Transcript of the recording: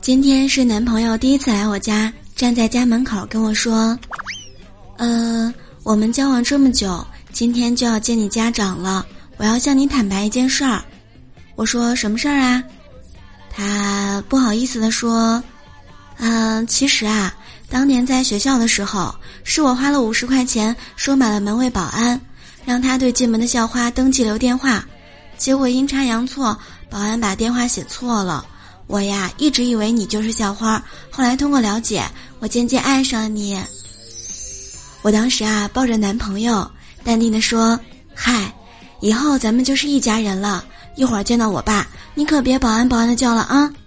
今天是男朋友第一次来我家，站在家门口跟我说，我们交往这么久，今天就要见你家长了，我要向你坦白一件事儿。我说什么事儿啊？他不好意思地说，其实啊，当年在学校的时候，是我花了50块钱收买了门卫保安，让他对进门的校花登记留电话，结果阴差阳错，保安把电话写错了。我呀，一直以为你就是校花，后来通过了解，我渐渐爱上了你。我当时啊，抱着男朋友，淡定地说，嗨，以后咱们就是一家人了，一会儿见到我爸，你可别保安的叫了啊。